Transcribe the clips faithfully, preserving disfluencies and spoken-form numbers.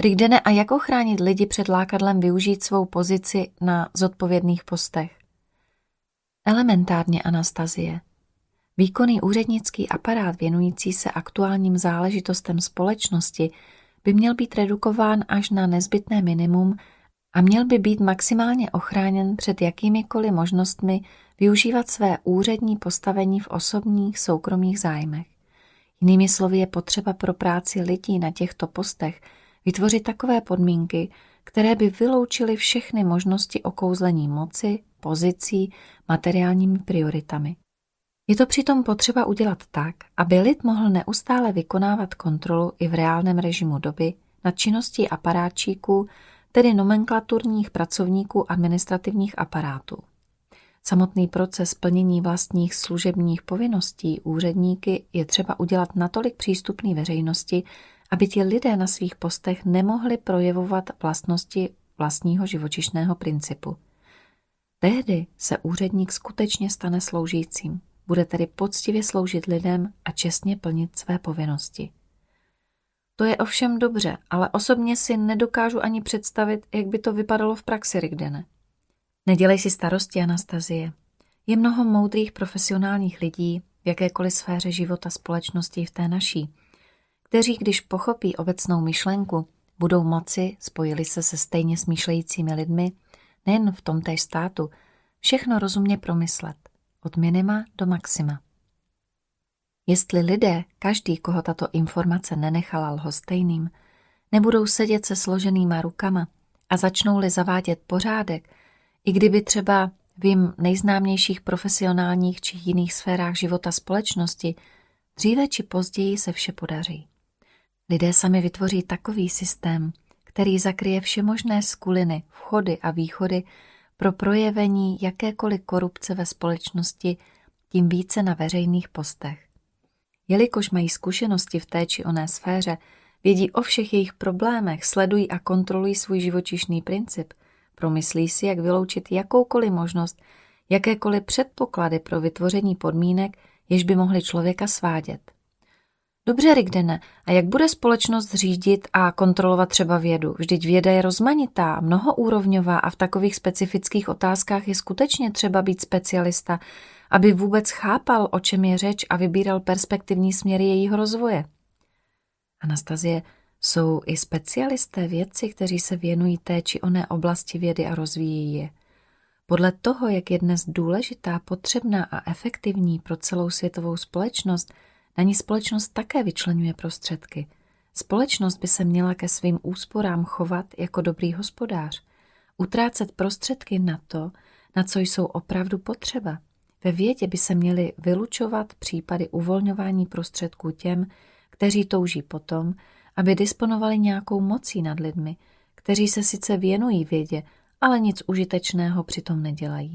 Rigdene, a jak ochránit lidi před lákadlem využít svou pozici na zodpovědných postech? Elementárně, Anastazie. Výkonný úřednický aparát věnující se aktuálním záležitostem společnosti by měl být redukován až na nezbytné minimum a měl by být maximálně ochráněn před jakýmikoliv možnostmi využívat své úřední postavení v osobních soukromých zájmech. Jinými slovy je potřeba pro práci lidí na těchto postech vytvořit takové podmínky, které by vyloučily všechny možnosti okouzlení moci, pozicí, materiálními prioritami. Je to přitom potřeba udělat tak, aby lid mohl neustále vykonávat kontrolu i v reálném režimu doby nad činností aparátčíků, tedy nomenklaturních pracovníků administrativních aparátů. Samotný proces plnění vlastních služebních povinností úředníky je třeba udělat natolik přístupný veřejnosti, aby ti lidé na svých postech nemohli projevovat vlastnosti vlastního živočišného principu. Tehdy se úředník skutečně stane sloužícím, bude tedy poctivě sloužit lidem a čestně plnit své povinnosti. To je ovšem dobře, ale osobně si nedokážu ani představit, jak by to vypadalo v praxi, Rigdene. Nedělej si starosti, Anastazie. Je mnoho moudrých profesionálních lidí v jakékoliv sféře života společnosti v té naší, kteří, když pochopí obecnou myšlenku, budou moci, spojili se se stejně smýšlejícími lidmi, nejen v tomtéž státu, všechno rozumně promyslet, od minima do maxima. Jestli lidé, každý, koho tato informace nenechala lhostejným, nebudou sedět se složenýma rukama a začnou-li zavádět pořádek, i kdyby třeba v jim nejznámějších profesionálních či jiných sférách života společnosti, dříve či později se vše podaří. Lidé sami vytvoří takový systém, který zakryje všemožné skuliny, vchody a východy pro projevení jakékoliv korupce ve společnosti, tím více na veřejných postech. Jelikož mají zkušenosti v té či oné sféře, vědí o všech jejich problémech, sledují a kontrolují svůj živočišný princip, promyslí si, jak vyloučit jakoukoliv možnost, jakékoliv předpoklady pro vytvoření podmínek, jež by mohly člověka svádět. Dobře, Rigdene, a jak bude společnost řídit a kontrolovat třeba vědu? Vždyť věda je rozmanitá, mnohoúrovňová a v takových specifických otázkách je skutečně třeba být specialista, aby vůbec chápal, o čem je řeč a vybíral perspektivní směry jejího rozvoje. Anastazie, jsou i specialisté vědci, kteří se věnují té či oné oblasti vědy a rozvíjí je. Podle toho, jak je dnes důležitá, potřebná a efektivní pro celou světovou společnost, na ní společnost také vyčleňuje prostředky. Společnost by se měla ke svým úsporám chovat jako dobrý hospodář, utrácet prostředky na to, na co jsou opravdu potřeba. Ve vědě by se měly vylučovat případy uvolňování prostředků těm, kteří touží potom, aby disponovali nějakou mocí nad lidmi, kteří se sice věnují vědě, ale nic užitečného přitom nedělají.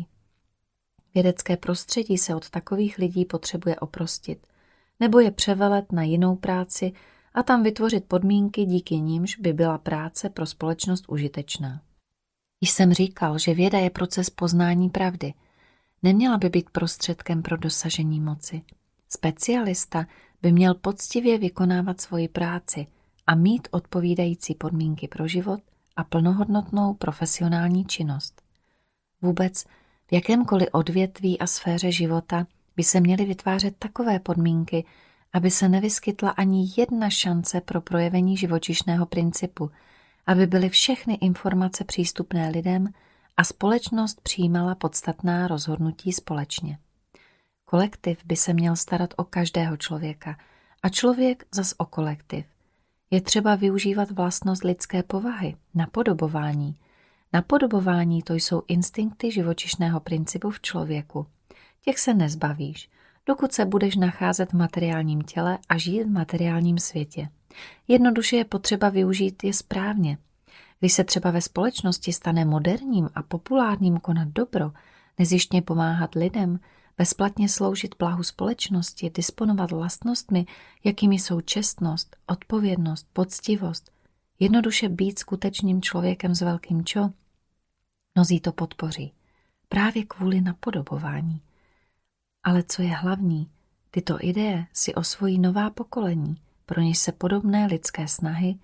Vědecké prostředí se od takových lidí potřebuje oprostit, nebo je převelet na jinou práci a tam vytvořit podmínky, díky nímž by byla práce pro společnost užitečná. Již jsem říkal, že věda je proces poznání pravdy. Neměla by být prostředkem pro dosažení moci. Specialista by měl poctivě vykonávat svoji práci a mít odpovídající podmínky pro život a plnohodnotnou profesionální činnost. Vůbec v jakémkoliv odvětví a sféře života by se měly vytvářet takové podmínky, aby se nevyskytla ani jedna šance pro projevení živočišného principu, aby byly všechny informace přístupné lidem a společnost přijímala podstatná rozhodnutí společně. Kolektiv by se měl starat o každého člověka a člověk zas o kolektiv. Je třeba využívat vlastnost lidské povahy, napodobování. Napodobování to jsou instinkty živočišného principu v člověku. Těch se nezbavíš, dokud se budeš nacházet v materiálním těle a žít v materiálním světě. Jednoduše je potřeba využít je správně. Když se třeba ve společnosti stane moderním a populárním konat dobro, nezištně pomáhat lidem, bezplatně sloužit blahu společnosti, disponovat vlastnostmi, jakými jsou čestnost, odpovědnost, poctivost, jednoduše být skutečným člověkem s velkým čo, mnozí to podpoří. Právě kvůli napodobování. Ale co je hlavní, tyto ideje si osvojí nová pokolení, pro něž se podobné lidské snahy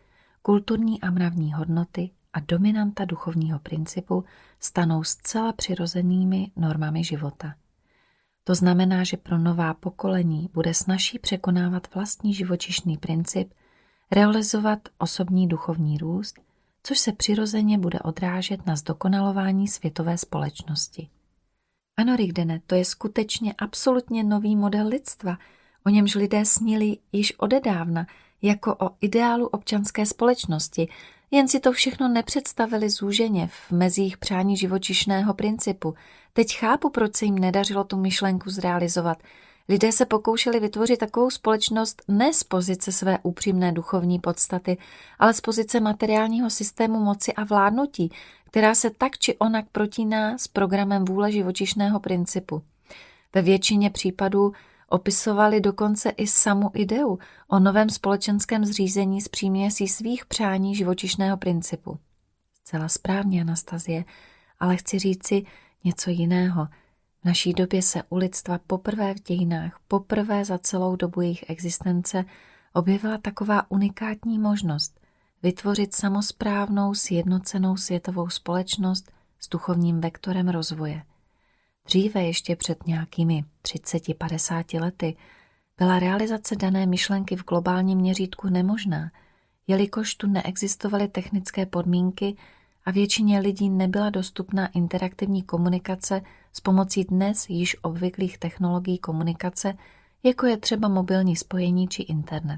kulturní a mravní hodnoty a dominanta duchovního principu stanou zcela přirozenými normami života. To znamená, že pro nová pokolení bude snazší překonávat vlastní živočišný princip, realizovat osobní duchovní růst, což se přirozeně bude odrážet na zdokonalování světové společnosti. Ano, Rigdene, to je skutečně absolutně nový model lidstva, o němž lidé snili již odedávna, jako o ideálu občanské společnosti, jen si to všechno nepředstavili zúženě v mezích přání živočišného principu. Teď chápu, proč se jim nedařilo tu myšlenku zrealizovat. Lidé se pokoušeli vytvořit takovou společnost ne z pozice své upřímné duchovní podstaty, ale z pozice materiálního systému moci a vládnutí, která se tak či onak protíná s programem vůle živočišného principu. Ve většině případů opisovali dokonce i samu ideu o novém společenském zřízení z příměsí svých přání živočišného principu. Zcela správně, Anastazie, ale chci říci něco jiného. V naší době se u lidstva poprvé v dějinách, poprvé za celou dobu jejich existence objevila taková unikátní možnost vytvořit samosprávnou, sjednocenou světovou společnost s duchovním vektorem rozvoje. Dříve, ještě před nějakými třiceti padesáti lety, byla realizace dané myšlenky v globálním měřítku nemožná, jelikož tu neexistovaly technické podmínky a většině lidí nebyla dostupná interaktivní komunikace s pomocí dnes již obvyklých technologií komunikace, jako je třeba mobilní spojení či internet.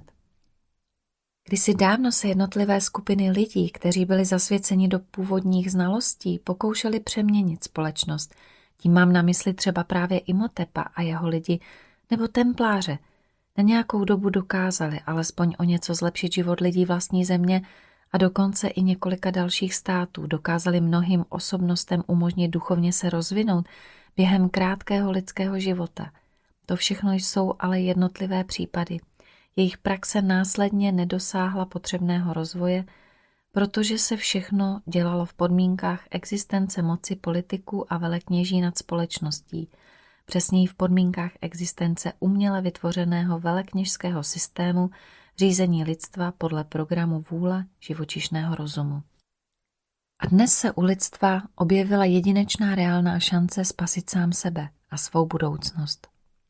Kdysi dávno se jednotlivé skupiny lidí, kteří byli zasvěceni do původních znalostí, pokoušeli přeměnit společnost. Tím mám na mysli třeba právě Imhotepa a jeho lidi, nebo templáře. Na nějakou dobu dokázali alespoň o něco zlepšit život lidí vlastní země a dokonce i několika dalších států dokázali mnohým osobnostem umožnit duchovně se rozvinout během krátkého lidského života. To všechno jsou ale jednotlivé případy. Jejich praxe následně nedosáhla potřebného rozvoje, protože se všechno dělalo v podmínkách existence moci politiků a velekněží nad společností, přesněji v podmínkách existence uměle vytvořeného velekněžského systému řízení lidstva podle programu vůle živočišného rozumu. A dnes se u lidstva objevila jedinečná reálná šance spasit sám sebe a svou budoucnost.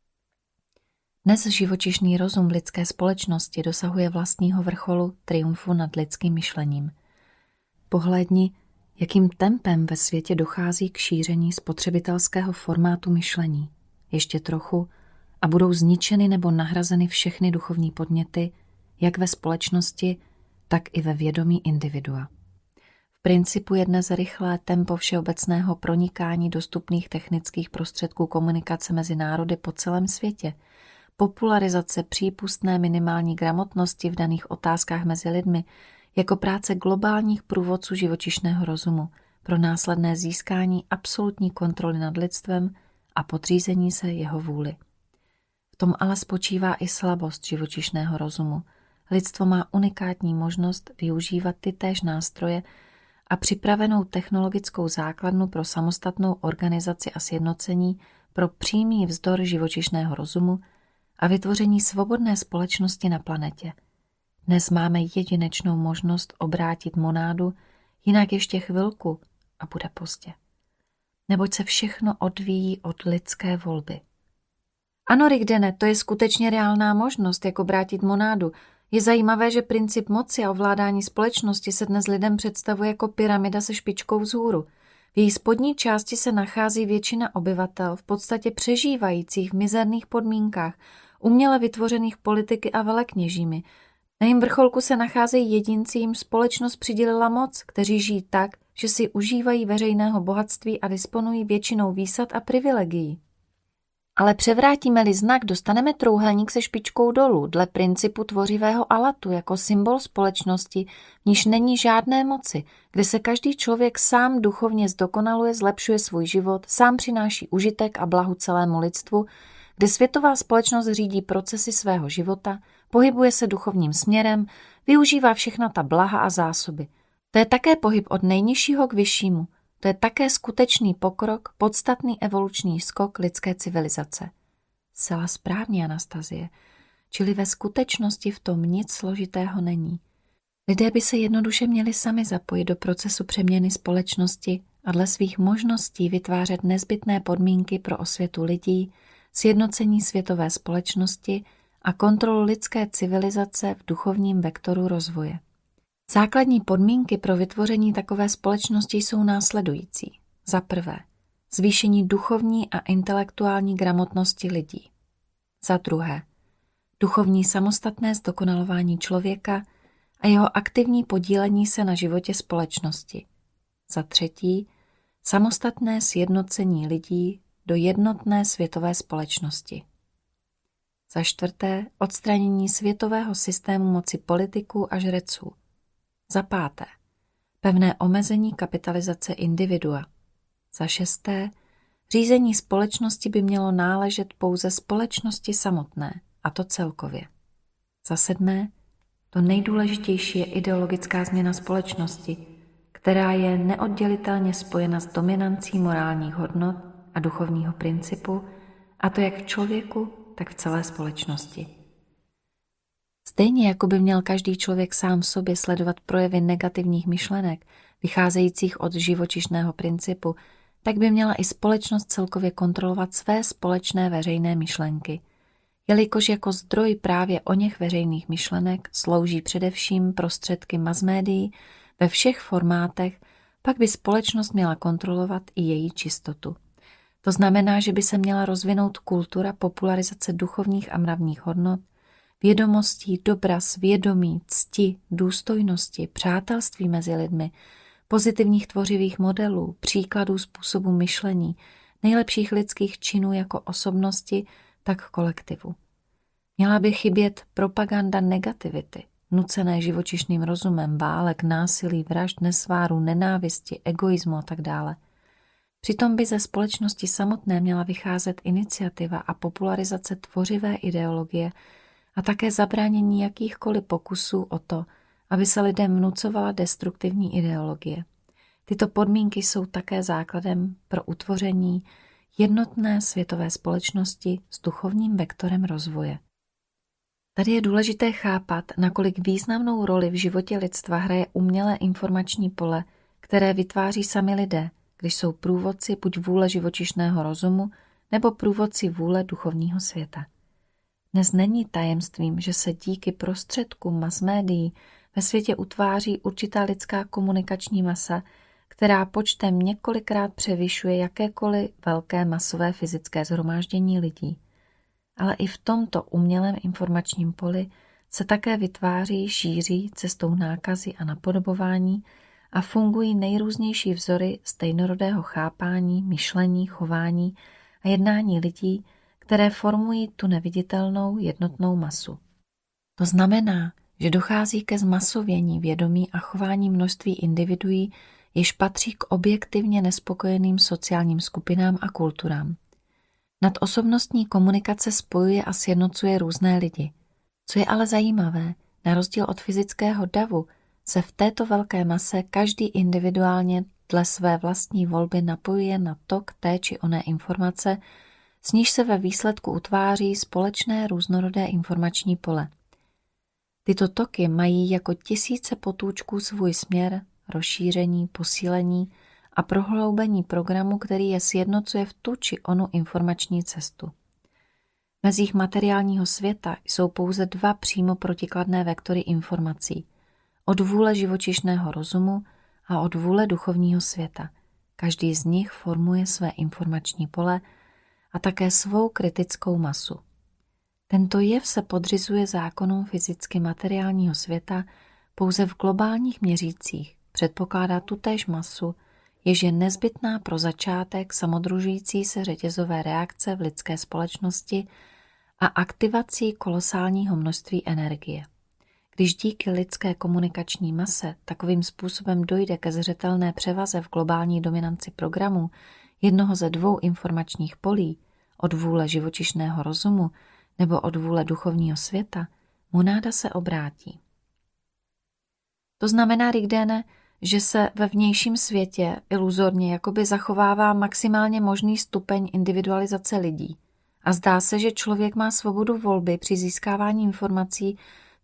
Dnes živočišný rozum v lidské společnosti dosahuje vlastního vrcholu triumfu nad lidským myšlením. Pohlédni, jakým tempem ve světě dochází k šíření spotřebitelského formátu myšlení. Ještě trochu a budou zničeny nebo nahrazeny všechny duchovní podněty, jak ve společnosti, tak i ve vědomí individua. V principu je dnes rychlé tempo všeobecného pronikání dostupných technických prostředků komunikace mezi národy po celém světě, popularizace přípustné minimální gramotnosti v daných otázkách mezi lidmi, jako práce globálních průvodců živočišného rozumu pro následné získání absolutní kontroly nad lidstvem a podřízení se jeho vůli. V tom ale spočívá i slabost živočišného rozumu. Lidstvo má unikátní možnost využívat tytéž nástroje a připravenou technologickou základnu pro samostatnou organizaci a sjednocení pro přímý vzdor živočišného rozumu a vytvoření svobodné společnosti na planetě. Dnes máme jedinečnou možnost obrátit monádu, jinak ještě chvilku a bude pozdě. Neboť se všechno odvíjí od lidské volby. Ano, Rigdene, to je skutečně reálná možnost, jak obrátit monádu. Je zajímavé, že princip moci a ovládání společnosti se dnes lidem představuje jako pyramida se špičkou vzhůru. V její spodní části se nachází většina obyvatel, v podstatě přežívajících v mizerných podmínkách, uměle vytvořených politiky a velekněžími. Na jejím vrcholku se nacházejí jedinci, jim společnost přidělila moc, kteří žijí tak, že si užívají veřejného bohatství a disponují většinou výsad a privilegií. Ale převrátíme-li znak, dostaneme trůhelník se špičkou dolů, dle principu tvořivého alatu, jako symbol společnosti, v níž není žádné moci, kde se každý člověk sám duchovně zdokonaluje, zlepšuje svůj život, sám přináší užitek a blahu celému lidstvu, kde světová společnost řídí procesy svého života, pohybuje se duchovním směrem, využívá všechna ta blaha a zásoby. To je také pohyb od nejnižšího k vyššímu. To je také skutečný pokrok, podstatný evoluční skok lidské civilizace. Zcela správně, Anastazie, čili ve skutečnosti v tom nic složitého není. Lidé by se jednoduše měli sami zapojit do procesu přeměny společnosti a dle svých možností vytvářet nezbytné podmínky pro osvětu lidí, sjednocení světové společnosti a kontrolu lidské civilizace v duchovním vektoru rozvoje. Základní podmínky pro vytvoření takové společnosti jsou následující. Za prvé, zvýšení duchovní a intelektuální gramotnosti lidí. Za druhé, duchovní samostatné zdokonalování člověka a jeho aktivní podílení se na životě společnosti. Za třetí, samostatné sjednocení lidí do jednotné světové společnosti. Za čtvrté, odstranění světového systému moci politiků a žreců. Za páté, pevné omezení kapitalizace individua. Za šesté, řízení společnosti by mělo náležet pouze společnosti samotné, a to celkově. Za sedmé, to nejdůležitější je ideologická změna společnosti, která je neoddělitelně spojena s dominancí morálních hodnot a duchovního principu, a to jak v člověku, tak v celé společnosti. Stejně jako by měl každý člověk sám v sobě sledovat projevy negativních myšlenek, vycházejících od živočišného principu, tak by měla i společnost celkově kontrolovat své společné veřejné myšlenky, jelikož jako zdroj právě oněch veřejných myšlenek slouží především prostředky masmédií ve všech formátech, pak by společnost měla kontrolovat i její čistotu. To znamená, že by se měla rozvinout kultura popularizace duchovních a mravních hodnot, vědomostí, dobra, svědomí, cti, důstojnosti, přátelství mezi lidmi, pozitivních tvořivých modelů, příkladů způsobu myšlení, nejlepších lidských činů jako osobnosti, tak kolektivu. Měla by chybět propaganda negativity, nucené živočišným rozumem, válek, násilí, vražd, nesváru, nenávisti, egoismu a tak dále. Přitom by ze společnosti samotné měla vycházet iniciativa a popularizace tvořivé ideologie a také zabránění jakýchkoliv pokusů o to, aby se lidem vnucovala destruktivní ideologie. Tyto podmínky jsou také základem pro utvoření jednotné světové společnosti s duchovním vektorem rozvoje. Tady je důležité chápat, nakolik významnou roli v životě lidstva hraje umělé informační pole, které vytváří sami lidé, když jsou průvodci buď vůle živočišného rozumu, nebo průvodci vůle duchovního světa. Dnes není tajemstvím, že se díky prostředkům masmédií ve světě utváří určitá lidská komunikační masa, která počtem několikrát převyšuje jakékoliv velké masové fyzické shromáždění lidí. Ale i v tomto umělém informačním poli se také vytváří, šíří cestou nákazy a napodobování a fungují nejrůznější vzory stejnorodého chápání, myšlení, chování a jednání lidí, které formují tu neviditelnou jednotnou masu. To znamená, že dochází ke zmasovění vědomí a chování množství individuí, jež patří k objektivně nespokojeným sociálním skupinám a kulturám. Nadosobnostní komunikace spojuje a sjednocuje různé lidi. Co je ale zajímavé, na rozdíl od fyzického davu, se v této velké mase každý individuálně dle své vlastní volby napojuje na tok té či oné informace, s níž se ve výsledku utváří společné různorodé informační pole. Tyto toky mají jako tisíce potůčků svůj směr, rozšíření, posílení a prohloubení programu, který je sjednocuje v tu či onu informační cestu. V mezích materiálního světa jsou pouze dva přímo protikladné vektory informací. Od vůle živočišného rozumu a od vůle duchovního světa. Každý z nich formuje své informační pole a také svou kritickou masu. Tento jev se podřizuje zákonům fyzicky materiálního světa pouze v globálních měřících, předpokládá tutéž masu, jež je nezbytná pro začátek samodružující se řetězové reakce v lidské společnosti a aktivací kolosálního množství energie. Když díky lidské komunikační mase takovým způsobem dojde ke zřetelné převaze v globální dominanci programu jednoho ze dvou informačních polí, od vůle živočišného rozumu nebo od vůle duchovního světa, monáda se obrátí. To znamená, Rigdene, že se ve vnějším světě iluzorně jakoby zachovává maximálně možný stupeň individualizace lidí a zdá se, že člověk má svobodu volby při získávání informací,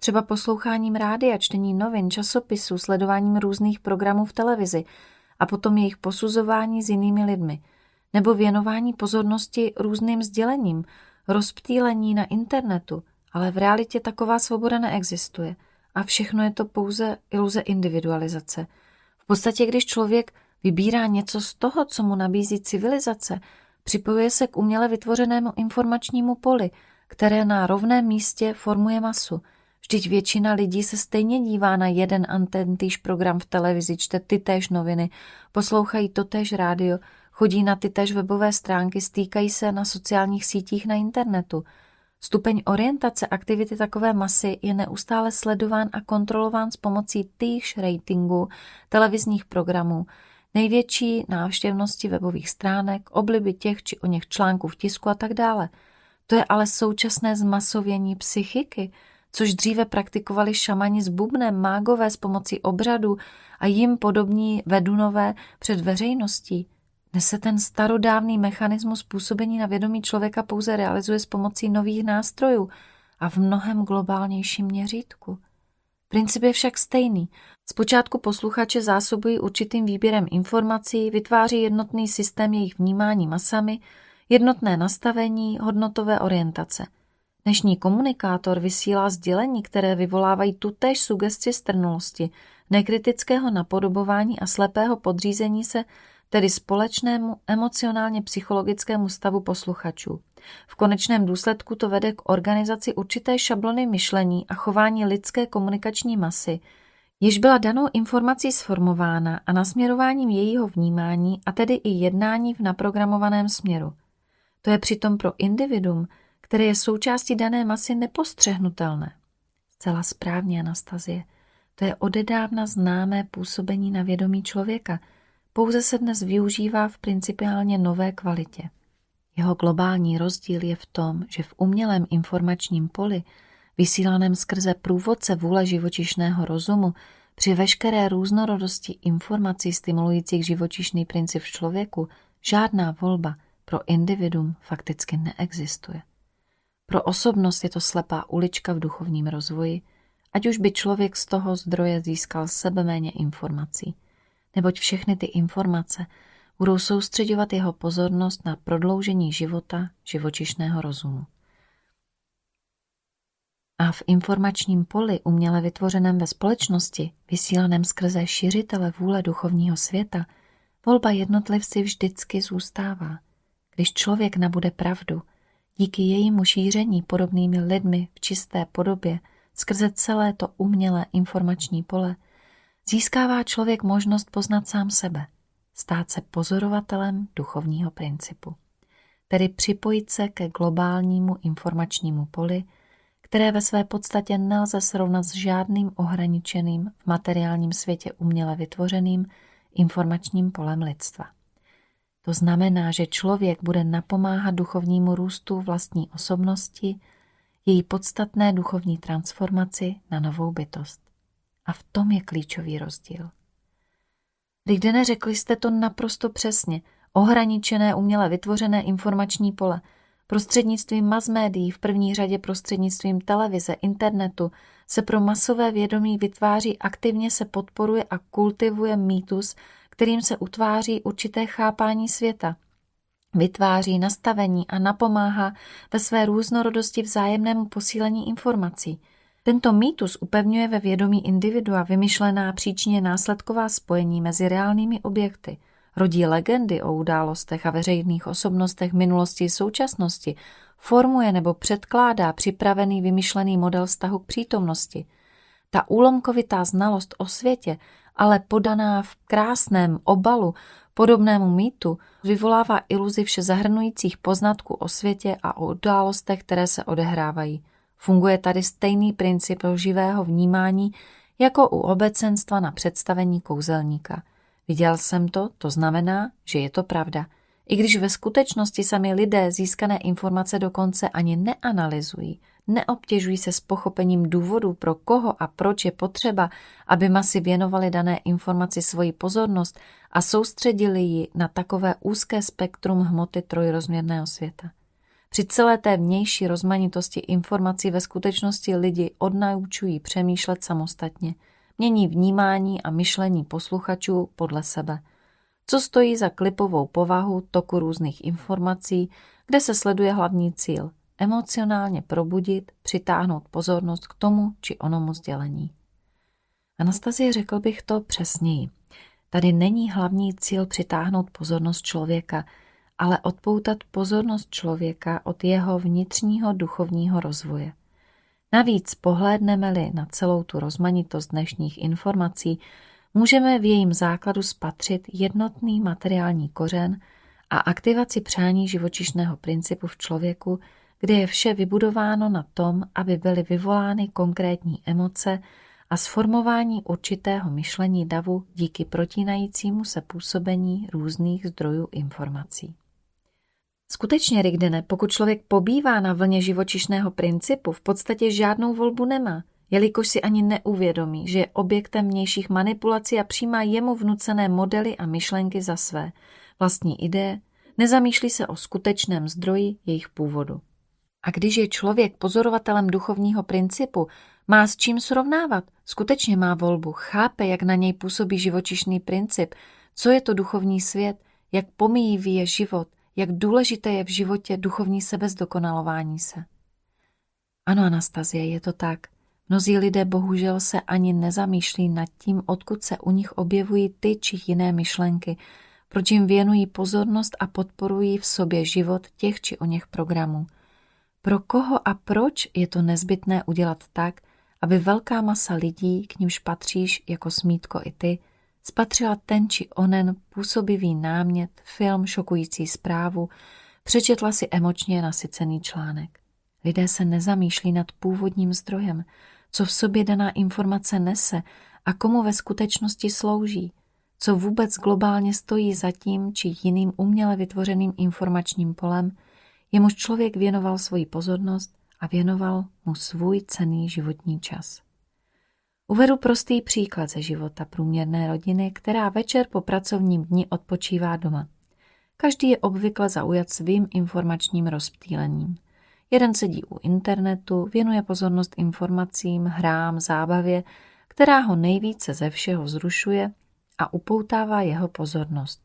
Třeba posloucháním rádia, čtení novin, časopisů, sledováním různých programů v televizi a potom jejich posuzování s jinými lidmi, nebo věnování pozornosti různým sdělením, rozptýlení na internetu, ale v realitě taková svoboda neexistuje a všechno je to pouze iluze individualizace. V podstatě, když člověk vybírá něco z toho, co mu nabízí civilizace, připojuje se k uměle vytvořenému informačnímu poli, které na rovném místě formuje masu. Vždyť většina lidí se stejně dívá na jeden antentýž program v televizi, čte tytéž noviny, poslouchají totéž rádio, chodí na tytéž webové stránky, stýkají se na sociálních sítích na internetu. Stupeň orientace aktivity takové masy je neustále sledován a kontrolován s pomocí týchž ratingů, televizních programů, největší návštěvnosti webových stránek, obliby těch či oněch článků v tisku a tak dále. To je ale současné zmasovění psychiky, což dříve praktikovali šamani s bubnem, mágové s pomocí obřadů a jim podobní vedunové před veřejností. Dnes se ten starodávný mechanismus působení na vědomí člověka pouze realizuje s pomocí nových nástrojů a v mnohem globálnějším měřítku. Princip je však stejný. Zpočátku posluchače zásobují určitým výběrem informací, vytváří jednotný systém jejich vnímání masami, jednotné nastavení, hodnotové orientace. Dnešní komunikátor vysílá sdělení, které vyvolávají tutéž sugesci strnulosti, nekritického napodobování a slepého podřízení se, tedy společnému emocionálně psychologickému stavu posluchačů. V konečném důsledku to vede k organizaci určité šablony myšlení a chování lidské komunikační masy, jež byla danou informací sformována a nasměrováním jejího vnímání a tedy i jednání v naprogramovaném směru. To je přitom pro individuum, které je součástí dané masy, nepostřehnutelné. Zcela správně, Anastazie. To je odedávna známé působení na vědomí člověka, pouze se dnes využívá v principiálně nové kvalitě. Jeho globální rozdíl je v tom, že v umělém informačním poli, vysílaném skrze průvodce vůle živočišného rozumu, při veškeré různorodosti informací stimulujících živočišný princip v člověku, žádná volba pro individuum fakticky neexistuje. Pro osobnost je to slepá ulička v duchovním rozvoji, ať už by člověk z toho zdroje získal sebeméně informací, neboť všechny ty informace budou soustředovat jeho pozornost na prodloužení života živočišného rozumu. A v informačním poli uměle vytvořeném ve společnosti, vysílaném skrze šiřitele vůle duchovního světa, volba jednotlivci vždycky zůstává. Když člověk nabude pravdu, díky jejímu šíření podobnými lidmi v čisté podobě skrze celé to umělé informační pole, získává člověk možnost poznat sám sebe, stát se pozorovatelem duchovního principu, tedy připojit se ke globálnímu informačnímu poli, které ve své podstatě nelze srovnat s žádným ohraničeným v materiálním světě uměle vytvořeným informačním polem lidstva. To znamená, že člověk bude napomáhat duchovnímu růstu vlastní osobnosti, její podstatné duchovní transformaci na novou bytost. A v tom je klíčový rozdíl. Lidé, řekli jste to naprosto přesně, ohraničené uměle vytvořené informační pole, prostřednictvím masmédií, v první řadě prostřednictvím televize, internetu, se pro masové vědomí vytváří, aktivně se podporuje a kultivuje mýtus, kterým se utváří určité chápání světa. Vytváří nastavení a napomáhá ve své různorodosti vzájemnému posílení informací. Tento mýtus upevňuje ve vědomí individua vymyšlená příčině následková spojení mezi reálnými objekty, rodí legendy o událostech a veřejných osobnostech minulosti i současnosti, formuje nebo předkládá připravený vymyšlený model vztahu k přítomnosti. Ta úlomkovitá znalost o světě, ale podaná v krásném obalu podobnému mýtu, vyvolává iluzi všezahrnujících poznatků o světě a o událostech, které se odehrávají. Funguje tady stejný princip živého vnímání jako u obecenstva na představení kouzelníka. Viděl jsem to, to znamená, že je to pravda. I když ve skutečnosti sami lidé získané informace dokonce ani neanalyzují, neobtěžují se s pochopením důvodů, pro koho a proč je potřeba, aby masy věnovaly dané informaci svoji pozornost a soustředili ji na takové úzké spektrum hmoty trojrozměrného světa. Při celé té vnější rozmanitosti informací ve skutečnosti lidi odnaučují přemýšlet samostatně, mění vnímání a myšlení posluchačů podle sebe. Co stojí za klipovou povahu toku různých informací, kde se sleduje hlavní cíl – emocionálně probudit, přitáhnout pozornost k tomu či onomu sdělení. Anastazie, řekl bych to přesněji. Tady není hlavní cíl přitáhnout pozornost člověka, ale odpoutat pozornost člověka od jeho vnitřního duchovního rozvoje. Navíc pohlédneme-li na celou tu rozmanitost dnešních informací, můžeme v jejím základu spatřit jednotný materiální kořen a aktivaci přání živočišného principu v člověku, kde je vše vybudováno na tom, aby byly vyvolány konkrétní emoce a sformování určitého myšlení davu díky protínajícímu se působení různých zdrojů informací. Skutečně, Rigdene, pokud člověk pobývá na vlně živočišného principu, v podstatě žádnou volbu nemá, jelikož si ani neuvědomí, že je objektem vnějších manipulací a přijímá jemu vnucené modely a myšlenky za své, vlastní ideje, nezamýšlí se o skutečném zdroji jejich původu. A když je člověk pozorovatelem duchovního principu, má s čím srovnávat, skutečně má volbu, chápe, jak na něj působí živočišný princip, co je to duchovní svět, jak pomíjivý je život, jak důležité je v životě duchovní sebezdokonalování se. Ano, Anastazie, je to tak. Mnozí lidé bohužel se ani nezamýšlí nad tím, odkud se u nich objevují ty či jiné myšlenky, proč jim věnují pozornost a podporují v sobě život těch či oněch programů. Pro koho a proč je to nezbytné udělat tak, aby velká masa lidí, k nimž patříš jako Smítko i ty, spatřila ten či onen působivý námět, film, šokující zprávu, přečetla si emočně nasycený článek. Lidé se nezamýšlí nad původním zdrojem, co v sobě daná informace nese a komu ve skutečnosti slouží, co vůbec globálně stojí za tím či jiným uměle vytvořeným informačním polem, jemuž člověk věnoval svoji pozornost a věnoval mu svůj cenný životní čas. Uvedu prostý příklad ze života průměrné rodiny, která večer po pracovním dni odpočívá doma. Každý je obvykle zaujat svým informačním rozptýlením. Jeden sedí u internetu, věnuje pozornost informacím, hrám, zábavě, která ho nejvíce ze všeho vzrušuje a upoutává jeho pozornost.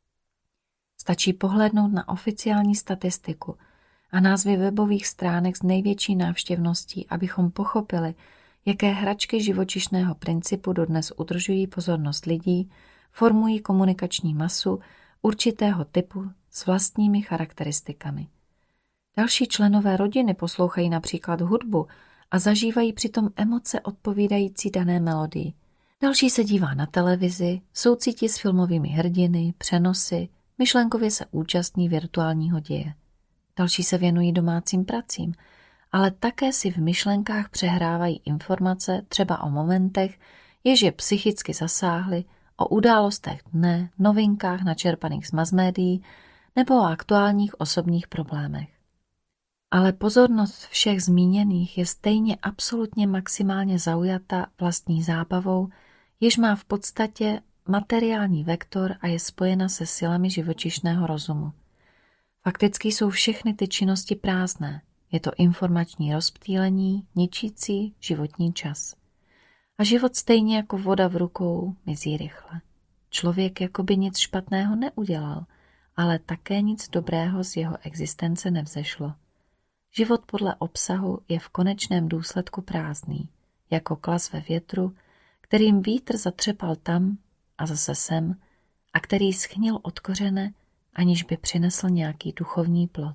Stačí pohlédnout na oficiální statistiku a názvy webových stránek s největší návštěvností, abychom pochopili, jaké hračky živočišného principu dodnes udržují pozornost lidí, formují komunikační masu určitého typu s vlastními charakteristikami. Další členové rodiny poslouchají například hudbu a zažívají přitom emoce odpovídající dané melodii. Další se dívá na televizi, soucítí s filmovými hrdiny, přenosy, myšlenkově se účastní virtuálního děje. Další se věnují domácím pracím, ale také si v myšlenkách přehrávají informace třeba o momentech, jež je psychicky zasáhly, o událostech dne, novinkách načerpaných z masmédií nebo o aktuálních osobních problémech. Ale pozornost všech zmíněných je stejně absolutně maximálně zaujata vlastní zábavou, jež má v podstatě materiální vektor a je spojena se silami živočišného rozumu. Fakticky jsou všechny ty činnosti prázdné. Je to informační rozptýlení, ničící životní čas. A život stejně jako voda v rukou mizí rychle. Člověk jakoby nic špatného neudělal, ale také nic dobrého z jeho existence nevzešlo. Život podle obsahu je v konečném důsledku prázdný, jako klas ve větru, kterým vítr zatřepal tam a zase sem a který schnil od kořene, aniž by přinesl nějaký duchovní plod.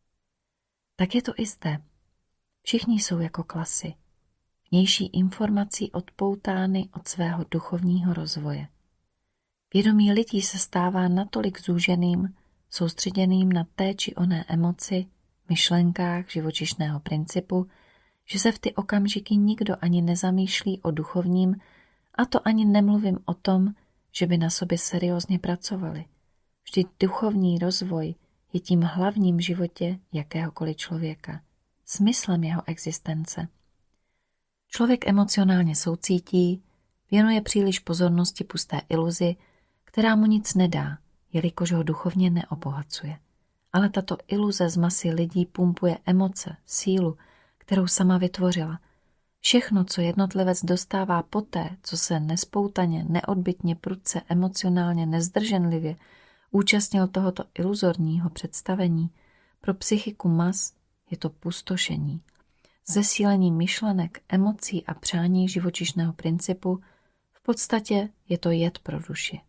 Tak je to i zde. Všichni jsou jako klasy, vnější informací odpoutány od svého duchovního rozvoje. Vědomí lidí se stává natolik zúženým, soustředěným na té či oné emoci, myšlenkách živočišného principu, že se v ty okamžiky nikdo ani nezamýšlí o duchovním, a to ani nemluvím o tom, že by na sobě seriózně pracovali. Vždyť duchovní rozvoj je tím hlavním v životě jakéhokoliv člověka, smyslem jeho existence. Člověk emocionálně soucítí, věnuje příliš pozornosti pusté iluzi, která mu nic nedá, jelikož ho duchovně neobohacuje. ale tato iluze z masy lidí pumpuje emoce, sílu, kterou sama vytvořila. Všechno, co jednotlivec dostává poté, co se nespoutaně, neodbytně, prudce, emocionálně, nezdrženlivě účastnil tohoto iluzorního představení, pro psychiku mas je to pustošení. Zesílení myšlenek, emocí a přání živočišného principu, v podstatě je to jed pro duši.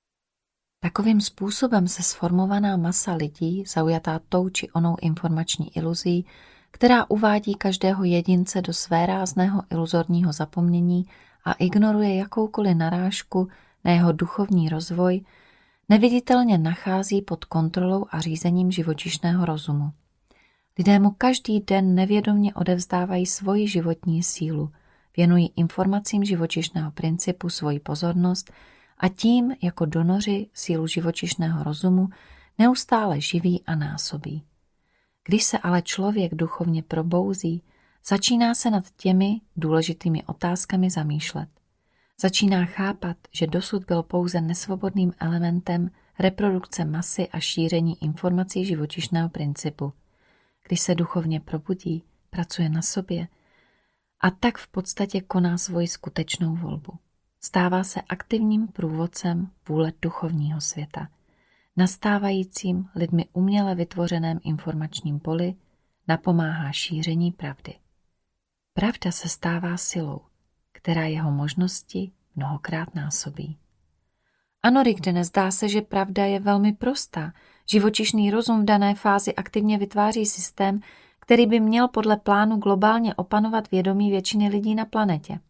Takovým způsobem se sformovaná masa lidí, zaujatá tou či onou informační iluzí, která uvádí každého jedince do svérázného iluzorního zapomnění a ignoruje jakoukoliv narážku na jeho duchovní rozvoj, neviditelně nachází pod kontrolou a řízením živočišného rozumu. Lidé mu každý den nevědomě odevzdávají svoji životní sílu, věnují informacím živočišného principu svoji pozornost a tím, jako donoři sílu živočišného rozumu, neustále živí a násobí. Když se ale člověk duchovně probouzí, začíná se nad těmi důležitými otázkami zamýšlet. Začíná chápat, že dosud byl pouze nesvobodným elementem reprodukce masy a šíření informací živočišného principu. Když se duchovně probudí, pracuje na sobě a tak v podstatě koná svoji skutečnou volbu. Stává se aktivním průvodcem vůle duchovního světa, nastávajícím lidmi uměle vytvořeném informačním poli, napomáhá šíření pravdy. Pravda se stává silou, která jeho možnosti mnohokrát násobí. Ano, Rigde, nezdá se, že pravda je velmi prostá. Živočišný rozum v dané fázi aktivně vytváří systém, který by měl podle plánu globálně opanovat vědomí většiny lidí na planetě.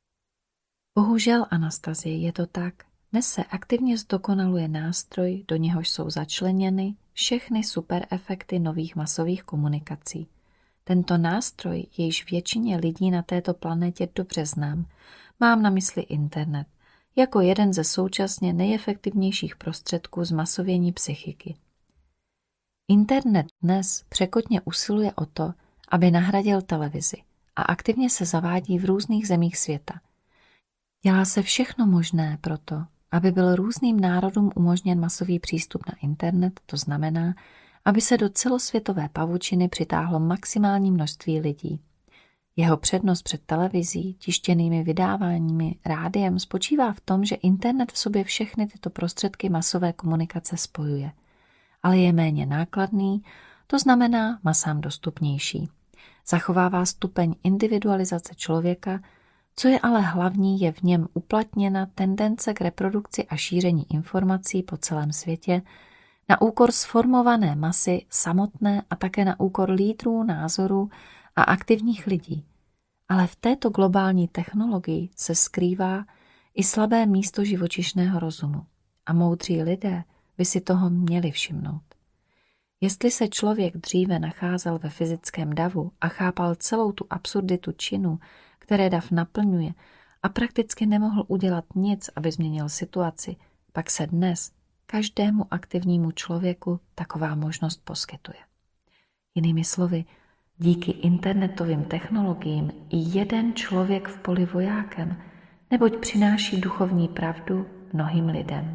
Bohužel, Anastazie, je to tak. Dnes se aktivně zdokonaluje nástroj, do něhož jsou začleněny všechny superefekty nových masových komunikací. Tento nástroj je již většině lidí na této planetě dobře znám. Mám na mysli internet, jako jeden ze současně nejefektivnějších prostředků zmasovění psychiky. Internet dnes překotně usiluje o to, aby nahradil televizi a aktivně se zavádí v různých zemích světa. Dělá se všechno možné proto, aby byl různým národům umožněn masový přístup na internet, to znamená, aby se do celosvětové pavučiny přitáhlo maximální množství lidí. Jeho přednost před televizí, tištěnými vydáváními, rádiem spočívá v tom, že internet v sobě všechny tyto prostředky masové komunikace spojuje. Ale je méně nákladný, to znamená masám dostupnější. Zachovává stupeň individualizace člověka, co je ale hlavní, je v něm uplatněna tendence k reprodukci a šíření informací po celém světě na úkor sformované masy samotné a také na úkor lídrů, názorů a aktivních lidí. Ale v této globální technologii se skrývá i slabé místo živočišného rozumu a moudří lidé by si toho měli všimnout. Jestli se člověk dříve nacházel ve fyzickém davu a chápal celou tu absurditu činu, které dav naplňuje a prakticky nemohl udělat nic, aby změnil situaci, pak se dnes každému aktivnímu člověku taková možnost poskytuje. Jinými slovy, díky internetovým technologiím je jeden člověk v poli vojákem, neboť přináší duchovní pravdu mnohým lidem.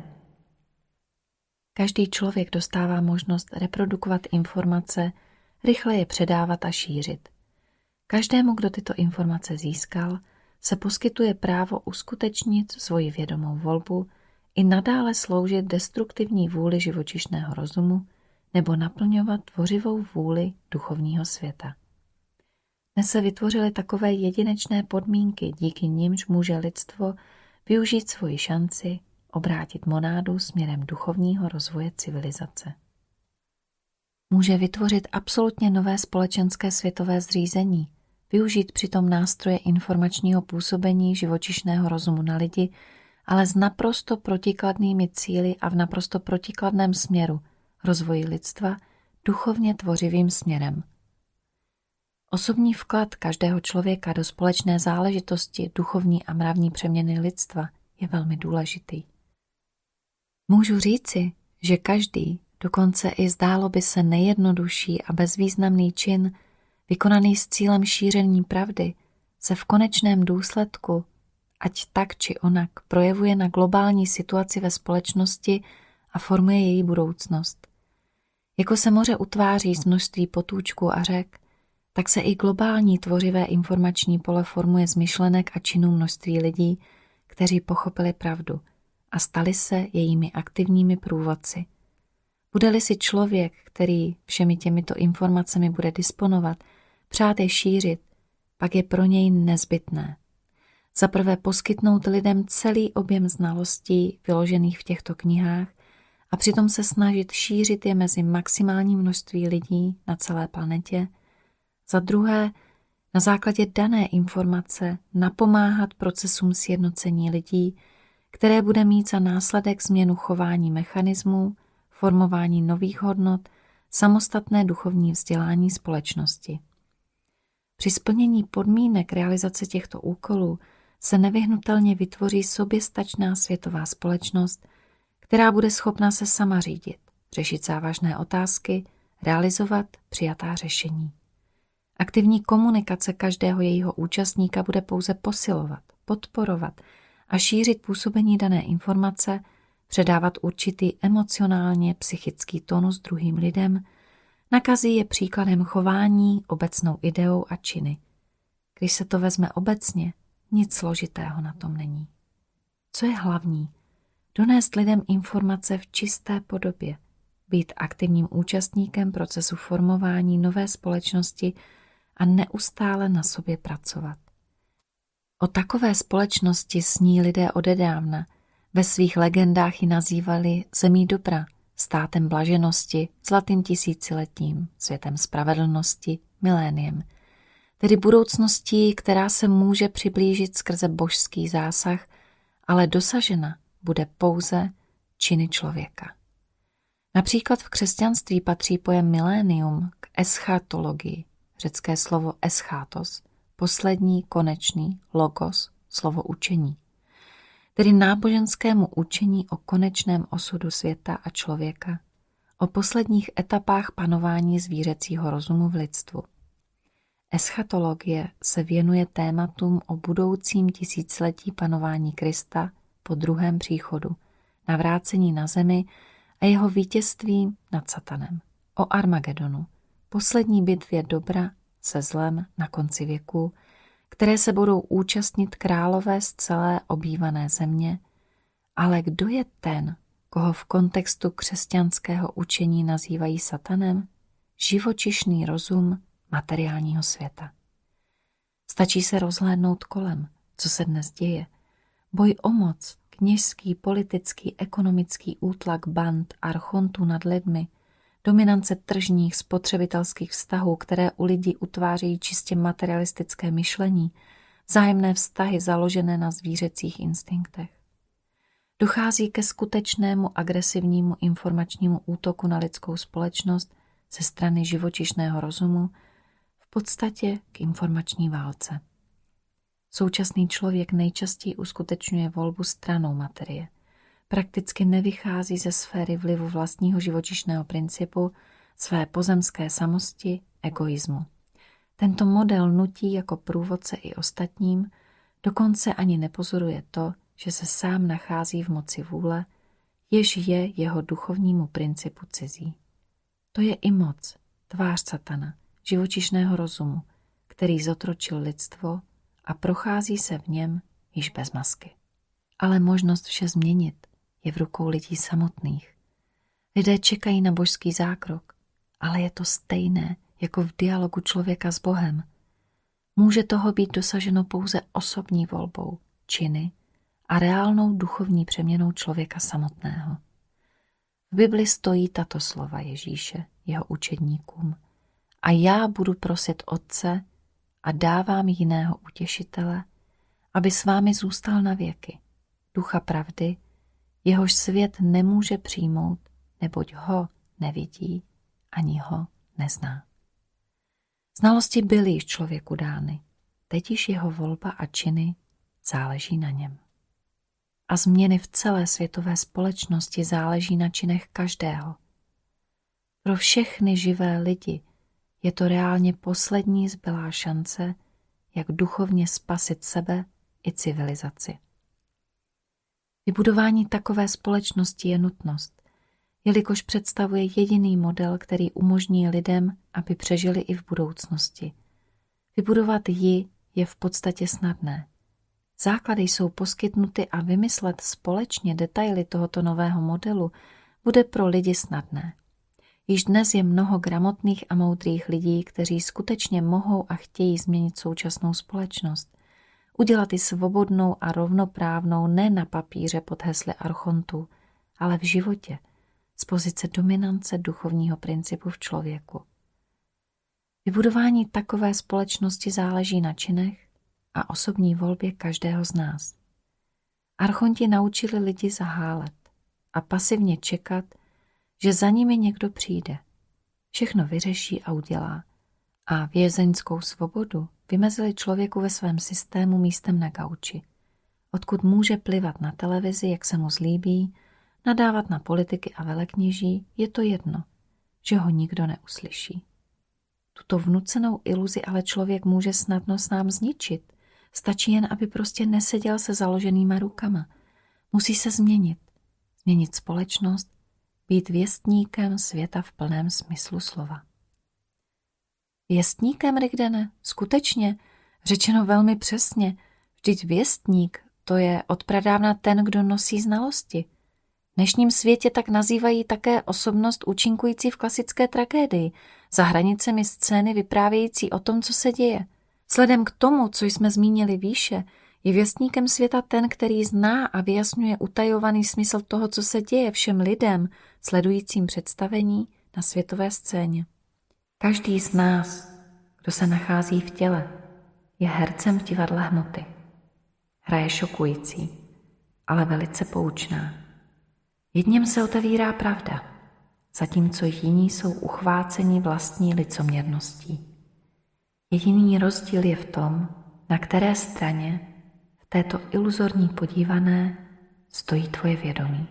Každý člověk dostává možnost reprodukovat informace, rychle je předávat a šířit. Každému, kdo tyto informace získal, se poskytuje právo uskutečnit svoji vědomou volbu i nadále sloužit destruktivní vůli živočišného rozumu nebo naplňovat tvořivou vůli duchovního světa. Dnes se vytvořily takové jedinečné podmínky, díky nimž může lidstvo využít svoji šanci obrátit monádu směrem duchovního rozvoje civilizace. Může vytvořit absolutně nové společenské světové zřízení, využít přitom nástroje informačního působení živočišného rozumu na lidi, ale s naprosto protikladnými cíli a v naprosto protikladném směru rozvoji lidstva duchovně tvořivým směrem. Osobní vklad každého člověka do společné záležitosti duchovní a mravní přeměny lidstva je velmi důležitý. Můžu říci, že každý, dokonce i zdálo by se nejjednodušší a bezvýznamný čin, vykonaný s cílem šíření pravdy, se v konečném důsledku, ať tak či onak, projevuje na globální situaci ve společnosti a formuje její budoucnost. Jako se moře utváří z množství potůčků a řek, tak se i globální tvořivé informační pole formuje z myšlenek a činů množství lidí, kteří pochopili pravdu a stali se jejími aktivními průvodci. Bude-li si člověk, který všemi těmito informacemi bude disponovat, přát je šířit, pak je pro něj nezbytné za prvé poskytnout lidem celý objem znalostí vyložených v těchto knihách a přitom se snažit šířit je mezi maximální množství lidí na celé planetě, za druhé na základě dané informace napomáhat procesům sjednocení lidí, které bude mít za následek změnu chování mechanismů, formování nových hodnot, samostatné duchovní vzdělání společnosti. Při splnění podmínek realizace těchto úkolů se nevyhnutelně vytvoří soběstačná světová společnost, která bude schopna se sama řídit, řešit závažné otázky, realizovat přijatá řešení. Aktivní komunikace každého jejího účastníka bude pouze posilovat, podporovat a šířit působení dané informace, předávat určitý emocionálně psychický tónus druhým lidem, nakazí je příkladem chování, obecnou ideou a činy. Když se to vezme obecně, nic složitého na tom není. Co je hlavní? Donést lidem informace v čisté podobě, být aktivním účastníkem procesu formování nové společnosti a neustále na sobě pracovat. O takové společnosti sní lidé odedávna, ve svých legendách ji nazývali zemí dobra, státem blaženosti, zlatým tisíciletím, světem spravedlnosti, miléniem, tedy budoucností, která se může přiblížit skrze božský zásah, ale dosažena bude pouze činy člověka. Například v křesťanství patří pojem milénium k eschatologii, řecké slovo eschatos, poslední, konečný, logos, slovo učení, tedy náboženskému učení o konečném osudu světa a člověka, o posledních etapách panování zvířecího rozumu v lidstvu. Eschatologie se věnuje tématům o budoucím tisíciletí panování Krista po druhém příchodu, navrácení na zemi a jeho vítězství nad satanem, o Armagedonu, poslední bitvě dobra se zlem na konci věku, které se budou účastnit králové z celé obývané země, ale kdo je ten, koho v kontextu křesťanského učení nazývají satanem? Živočišný rozum materiálního světa. Stačí se rozhlédnout kolem, co se dnes děje. Boj o moc, kněžský, politický, ekonomický útlak band, archontů nad lidmi, dominance tržních, spotřebitelských vztahů, které u lidí utvářejí čistě materialistické myšlení, vzájemné vztahy založené na zvířecích instinktech. Dochází ke skutečnému agresivnímu informačnímu útoku na lidskou společnost ze strany živočišného rozumu, v podstatě k informační válce. Současný člověk nejčastěji uskutečňuje volbu stranou materie. Prakticky nevychází ze sféry vlivu vlastního živočišného principu, své pozemské samosti, egoismu. Tento model nutí jako průvodce i ostatním, dokonce ani nepozoruje to, že se sám nachází v moci vůle, jež je jeho duchovnímu principu cizí. To je i moc, tvář satana, živočišného rozumu, který zotročil lidstvo a prochází se v něm již bez masky. Ale možnost vše změnit je v rukou lidí samotných. Lidé čekají na božský zákrok, ale je to stejné jako v dialogu člověka s Bohem. Může toho být dosaženo pouze osobní volbou, činy a reálnou duchovní přeměnou člověka samotného. V Bibli stojí tato slova Ježíše, jeho učedníkům. A já budu prosit Otce a dávám jiného utěšitele, aby s vámi zůstal na věky, ducha pravdy, jehož svět nemůže přijmout, neboť ho nevidí, ani ho nezná. Znalosti byly již člověku dány, teď již jeho volba a činy záleží na něm. A změny v celé světové společnosti záleží na činech každého. Pro všechny živé lidi je to reálně poslední zbylá šance, jak duchovně spasit sebe i civilizaci. Vybudování takové společnosti je nutnost. jelikož představuje jediný model, který umožní lidem, aby přežili i v budoucnosti. Vybudovat ji je v podstatě snadné. Základy jsou poskytnuty a vymyslet společně detaily tohoto nového modelu bude pro lidi snadné. Již dnes je mnoho gramotných a moudrých lidí, kteří skutečně mohou a chtějí změnit současnou společnost, udělat ji svobodnou a rovnoprávnou ne na papíře pod hesly archontů, ale v životě, z pozice dominance duchovního principu v člověku. Vybudování takové společnosti záleží na činech a osobní volbě každého z nás. Archonti naučili lidi zahálet a pasivně čekat, že za nimi někdo přijde, všechno vyřeší a udělá, a vězeňskou svobodu vymezili člověku ve svém systému místem na gauči, odkud může plivat na televizi, jak se mu zlíbí, nadávat na politiky a velekněží, je to jedno, že ho nikdo neuslyší. Tuto vnucenou iluzi ale člověk může snadno sám zničit. Stačí jen, aby prostě neseděl se založenýma rukama. Musí se změnit. Změnit společnost, být věstníkem světa v plném smyslu slova. Věstníkem, Rigdene? Skutečně? Řečeno velmi přesně. Vždyť věstník, to je od pradávna ten, kdo nosí znalosti. V dnešním světě tak nazývají také osobnost účinkující v klasické tragédii, za hranicemi scény vyprávějící o tom, co se děje. Vzhledem k tomu, co jsme zmínili výše, je věstníkem světa ten, který zná a vyjasňuje utajovaný smysl toho, co se děje všem lidem, sledujícím představení na světové scéně. Každý z nás, kdo se nachází v těle, je hercem v divadle hmoty. Hra je šokující, ale velice poučná. Jedním se otevírá pravda, zatímco jiní jsou uchváceni vlastní licoměrností. Jediný rozdíl je v tom, na které straně v této iluzorní podívané stojí tvoje vědomí.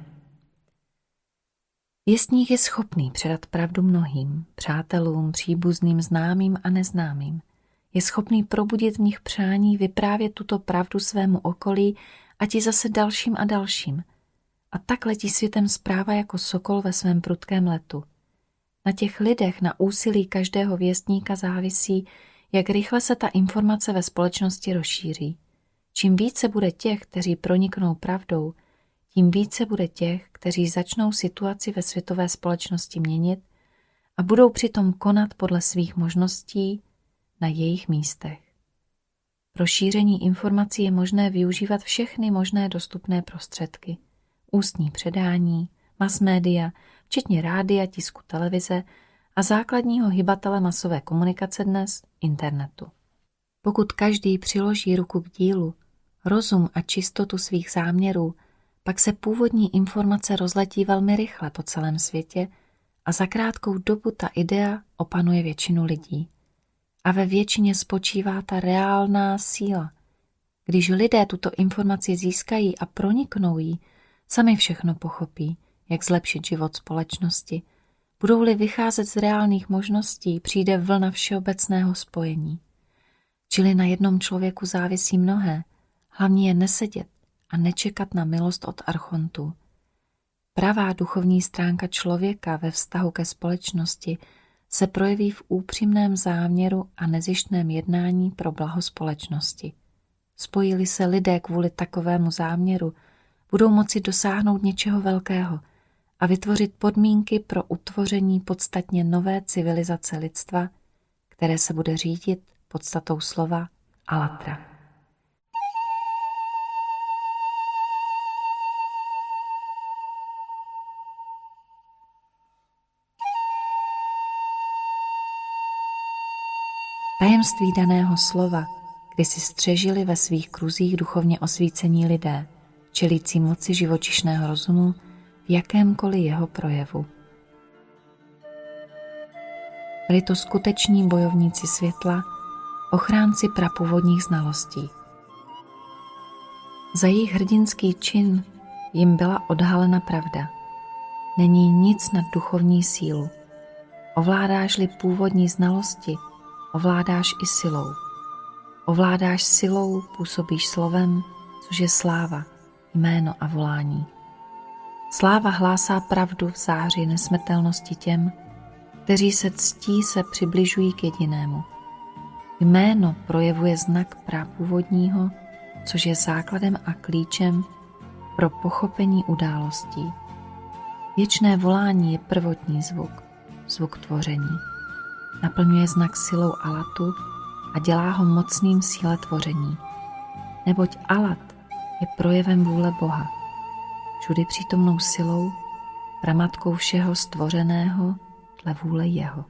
Věstník je schopný předat pravdu mnohým, přátelům, příbuzným, známým a neznámým. Je schopný probudit v nich přání vyprávět tuto pravdu svému okolí a ti zase dalším a dalším. A tak letí světem zpráva jako sokol ve svém prudkém letu. Na těch lidech, na úsilí každého věstníka závisí, jak rychle se ta informace ve společnosti rozšíří. Čím více bude těch, kteří proniknou pravdou, tím více bude těch, kteří začnou situaci ve světové společnosti měnit a budou přitom konat podle svých možností na jejich místech. Pro šíření informací je možné využívat všechny možné dostupné prostředky. Ústní předání, mass média, včetně rádia, tisku, televize a základního hybatele masové komunikace dnes, internetu. Pokud každý přiloží ruku k dílu, rozum a čistotu svých záměrů, pak se původní informace rozletí velmi rychle po celém světě a za krátkou dobu ta idea opanuje většinu lidí. A ve většině spočívá ta reálná síla. Když lidé tuto informaci získají a proniknou jí, sami všechno pochopí, jak zlepšit život společnosti. Budou-li vycházet z reálných možností, přijde vlna všeobecného spojení. Čili na jednom člověku závisí mnohé, hlavně je nesedět a nečekat na milost od archontů. Pravá duchovní stránka člověka ve vztahu ke společnosti se projeví v upřímném záměru a nezištném jednání pro blaho společnosti. Spojili se lidé kvůli takovému záměru, budou moci dosáhnout něčeho velkého a vytvořit podmínky pro utvoření podstatně nové civilizace lidstva, které se bude řídit podstatou slova Alatra. Tajemství daného slova, kdy si střežili ve svých kruzích duchovně osvícení lidé, čelící moci živočišného rozumu v jakémkoliv jeho projevu. Byli to skuteční bojovníci světla, ochránci prapůvodních znalostí. Za jejich hrdinský čin jim byla odhalena pravda. Není nic nad duchovní sílu. Ovládáš-li původní znalosti, ovládáš i silou. Ovládáš silou, působíš slovem, což je sláva, jméno a volání. Sláva hlásá pravdu v záři nesmrtelnosti těm, kteří se ctí se přibližují k jedinému. Jméno projevuje znak prapůvodního, což je základem a klíčem pro pochopení událostí. Věčné volání je prvotní zvuk, zvuk tvoření. Naplňuje znak silou Alatu a dělá ho mocným síle tvoření. Neboť Alat je projevem vůle Boha, všudy přítomnou silou, pramatkou všeho stvořeného dle vůle jeho.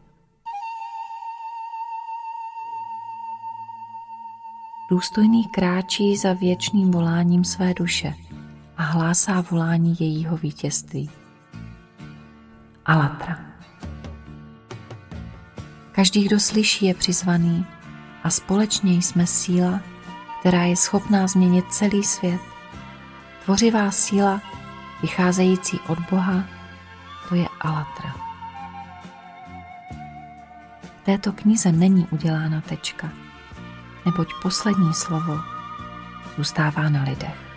Důstojný kráčí za věčným voláním své duše a hlásá volání jejího vítězství. Alatra. Každý, kdo slyší, je přizvaný a společně jsme síla, která je schopná změnit celý svět. Tvořivá síla, vycházející od Boha, to je Alatra. V této knize není udělána tečka, neboť poslední slovo zůstává na lidech.